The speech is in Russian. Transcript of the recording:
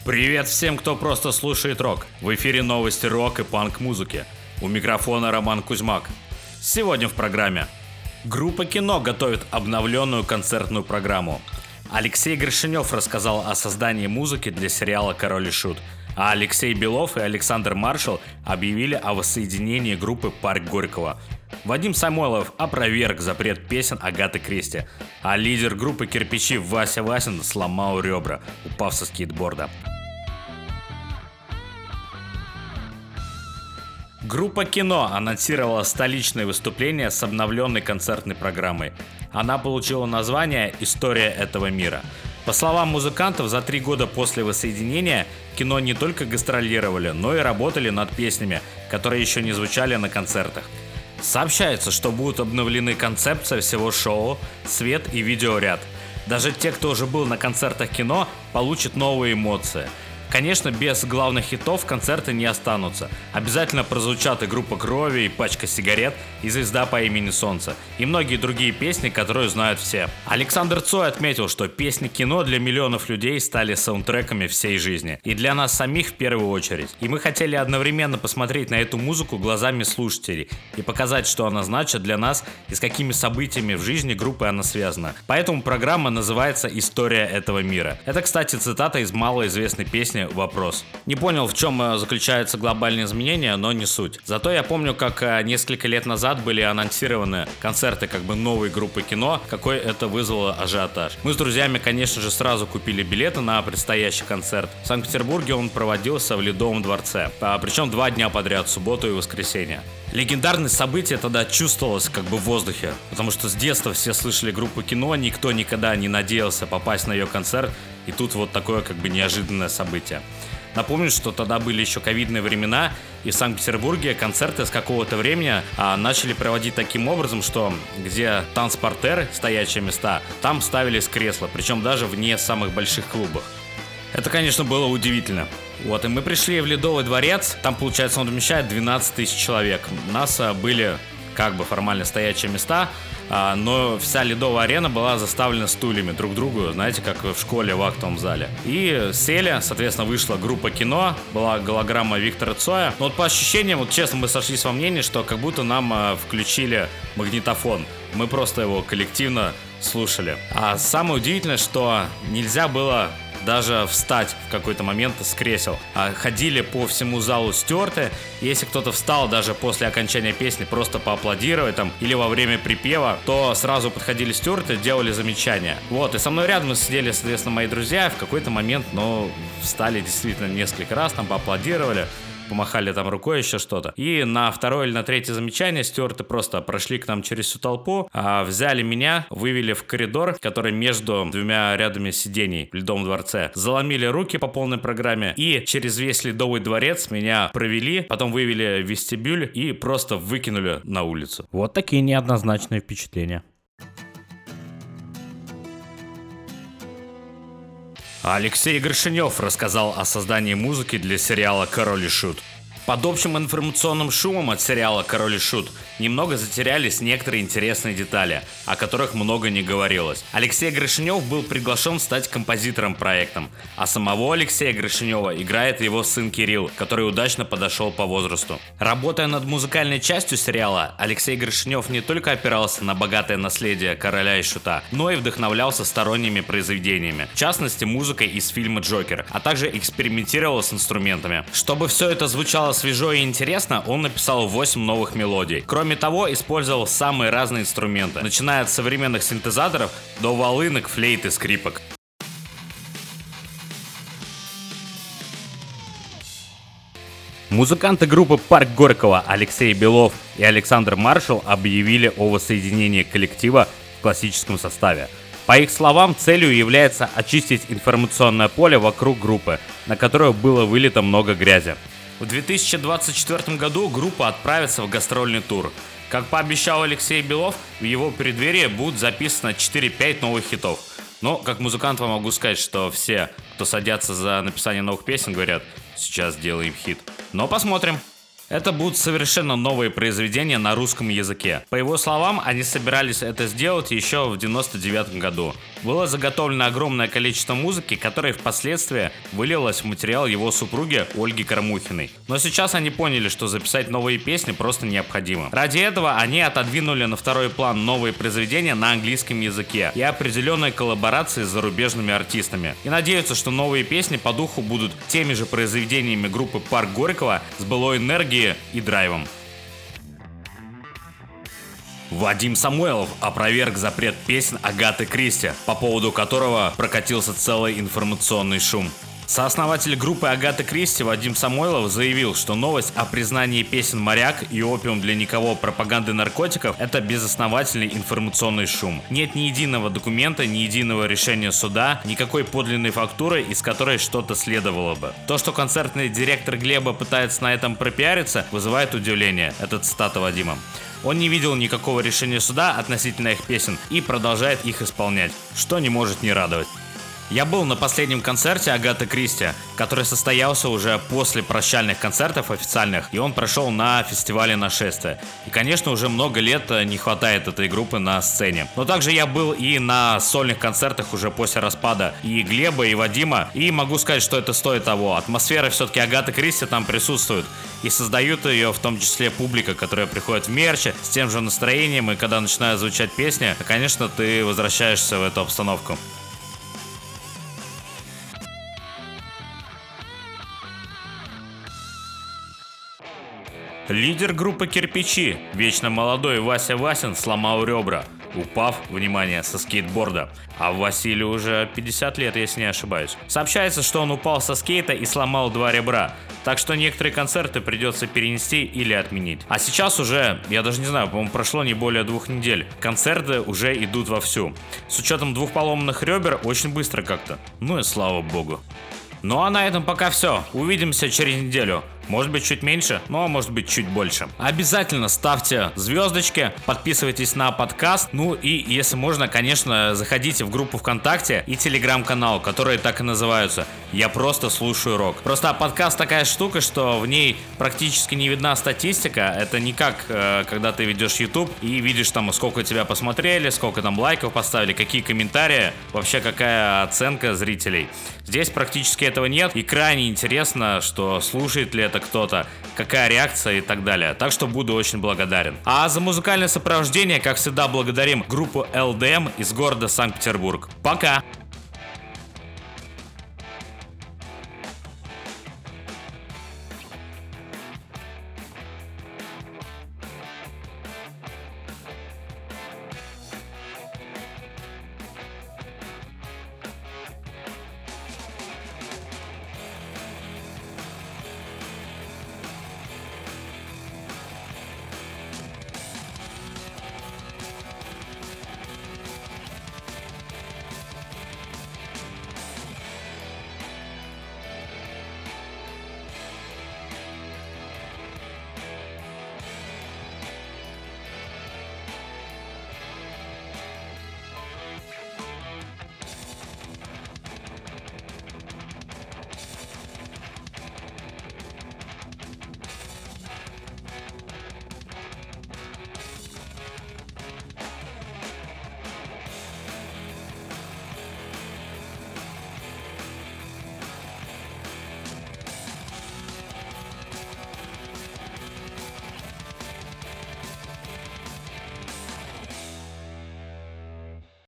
Привет всем, кто просто слушает рок. В эфире новости рок и панк-музыки. У микрофона Роман Кузьмак. Сегодня в программе. Группа «Кино» готовит обновленную концертную программу. Алексей Гришинев рассказал о создании музыки для сериала «Король и Шут». А Алексей Белов и Александр Маршал объявили о воссоединении группы «Парк Горького». Вадим Самойлов опроверг запрет песен Агаты Кристи, а лидер группы «Кирпичи» Вася Васин сломал ребра, упав со скейтборда. Группа «Кино» анонсировала столичное выступление с обновленной концертной программой. Она получила название «История этого мира». По словам музыкантов, за 3 года после воссоединения «Кино» не только гастролировали, но и работали над песнями, которые еще не звучали на концертах. Сообщается, что будут обновлены концепция всего шоу, свет и видеоряд. Даже те, кто уже был на концертах «Кино», получат новые эмоции. Конечно, без главных хитов концерты не останутся. Обязательно прозвучат и группа «Крови», и «Пачка сигарет», и «Звезда по имени Солнце», и многие другие песни, которые знают все. Александр Цой отметил, что песни «Кино» для миллионов людей стали саундтреками всей жизни. И для нас самих в первую очередь. И мы хотели одновременно посмотреть на эту музыку глазами слушателей и показать, что она значит для нас и с какими событиями в жизни группы она связана. Поэтому программа называется «История этого мира». Это, кстати, цитата из малоизвестной песни «Вопрос». Не понял, в чем заключаются глобальные изменения, но не суть. Зато я помню, как несколько лет назад были анонсированы концерты новой группы «Кино», какой это вызвало ажиотаж. Мы с друзьями, конечно же, сразу купили билеты на предстоящий концерт. В Санкт-Петербурге он проводился в Ледовом дворце, причем 2 дня подряд, субботу и воскресенье. Легендарность события тогда чувствовалось в воздухе, потому что с детства все слышали группу «Кино», никто никогда не надеялся попасть на ее концерт, и тут вот такое неожиданное событие. Напомню, что тогда были еще ковидные времена, и в Санкт-Петербурге концерты с какого-то времени начали проводить таким образом, что где танцпартеры, стоячие места, там ставились кресла, причем даже в не самых больших клубах. Это, конечно, было удивительно. И мы пришли в Ледовый дворец, там, получается, он вмещает 12 тысяч человек. У нас были формально стоячие места, но вся Ледовая арена была заставлена стульями друг к другу, знаете, как в школе в актовом зале. И сели, соответственно, вышла группа «Кино», была голограмма Виктора Цоя. Но по ощущениям, честно, мы сошлись во мнении, что как будто нам включили магнитофон. Мы просто его коллективно слушали. А самое удивительное, что нельзя было даже встать в какой-то момент с кресел. Ходили по всему залу стюарты. Если кто-то встал даже после окончания песни просто поаплодировать или во время припева, то сразу подходили стюарты, делали замечания. И со мной рядом сидели, соответственно, мои друзья. В какой-то момент, встали действительно несколько раз, поаплодировали, помахали рукой, еще что-то. И на 2-е или на 3-е замечание стюарты просто прошли к нам через всю толпу, взяли меня, вывели в коридор, который между 2 рядами сидений в Ледовом дворце, заломили руки по полной программе и через весь Ледовый дворец меня провели, потом вывели в вестибюль и просто выкинули на улицу. Вот такие неоднозначные впечатления. Алексей Гришинев рассказал о создании музыки для сериала «Король и Шут». Под общим информационным шумом от сериала «Король и Шут» немного затерялись некоторые интересные детали, о которых много не говорилось. Алексей Гришинев был приглашен стать композитором проекта, а самого Алексея Гришинева играет его сын Кирилл, который удачно подошел по возрасту. Работая над музыкальной частью сериала, Алексей Гришинев не только опирался на богатое наследие «Короля и Шута», но и вдохновлялся сторонними произведениями, в частности музыкой из фильма «Джокер», а также экспериментировал с инструментами. Чтобы все это звучало свежо и интересно, он написал 8 новых мелодий. Кроме того, использовал самые разные инструменты, начиная от современных синтезаторов до волынок, флейт и скрипок. Музыканты группы «Парк Горького» Алексей Белов и Александр Маршал объявили о воссоединении коллектива в классическом составе. По их словам, целью является очистить информационное поле вокруг группы, на которое было вылито много грязи. В 2024 году группа отправится в гастрольный тур. Как пообещал Алексей Белов, в его преддверии будут записано 4-5 новых хитов. Но, как музыкант, вам могу сказать, что все, кто садятся за написание новых песен, говорят: сейчас сделаем хит. Но посмотрим. Это будут совершенно новые произведения на русском языке. По его словам, они собирались это сделать еще в 99 году. Было заготовлено огромное количество музыки, которая впоследствии вылилась в материал его супруги Ольги Кормухиной. Но сейчас они поняли, что записать новые песни просто необходимо. Ради этого они отодвинули на второй план новые произведения на английском языке и определенные коллаборации с зарубежными артистами. И надеются, что новые песни по духу будут теми же произведениями группы Парк Горького с былой энергией и драйвом. Вадим Самойлов опроверг запрет песен Агаты Кристи, по поводу которого прокатился целый информационный шум. Сооснователь группы Агаты Кристи Вадим Самойлов заявил, что новость о признании песен «Моряк» и «Опиум для никого» пропаганды наркотиков – это безосновательный информационный шум. Нет ни единого документа, ни единого решения суда, никакой подлинной фактуры, из которой что-то следовало бы. То, что концертный директор Глеба пытается на этом пропиариться, вызывает удивление. Это цитата Вадима. Он не видел никакого решения суда относительно их песен и продолжает их исполнять, что не может не радовать. Я был на последнем концерте Агаты Кристи, который состоялся уже после прощальных концертов официальных, и он прошел на фестивале «Нашествие». И, конечно, уже много лет не хватает этой группы на сцене. Но также я был и на сольных концертах уже после распада и Глеба, и Вадима, и могу сказать, что это стоит того. Атмосфера все-таки Агаты Кристи там присутствует, и создают ее в том числе публика, которая приходит в мерче с тем же настроением, и когда начинают звучать песни, конечно, ты возвращаешься в эту обстановку. Лидер группы «Кирпичи», вечно молодой Вася Васин, сломал ребра, упав, внимание, со скейтборда. А Василию уже 50 лет, если не ошибаюсь. Сообщается, что он упал со скейта и сломал 2 ребра. Так что некоторые концерты придется перенести или отменить. А сейчас уже, я даже не знаю, по-моему, прошло не более 2 недель. Концерты уже идут вовсю. С учетом 2 поломанных ребер очень быстро как-то. Ну и слава богу. Ну а на этом пока все. Увидимся через неделю. Может быть чуть меньше, но может быть чуть больше. Обязательно ставьте звездочки, подписывайтесь на подкаст. Ну и если можно, конечно, заходите в группу ВКонтакте и телеграм-канал, которые так и называются «Я просто слушаю рок». Просто подкаст такая штука, что в ней практически не видна статистика. Это не как когда ты ведешь YouTube и видишь там, сколько тебя посмотрели, сколько там лайков поставили, какие комментарии, вообще какая оценка зрителей. Здесь практически этого нет, и крайне интересно, что слушает ли это кто-то, какая реакция и так далее. Так что буду очень благодарен. А за музыкальное сопровождение, как всегда, благодарим группу LDM из города Санкт-Петербург. Пока!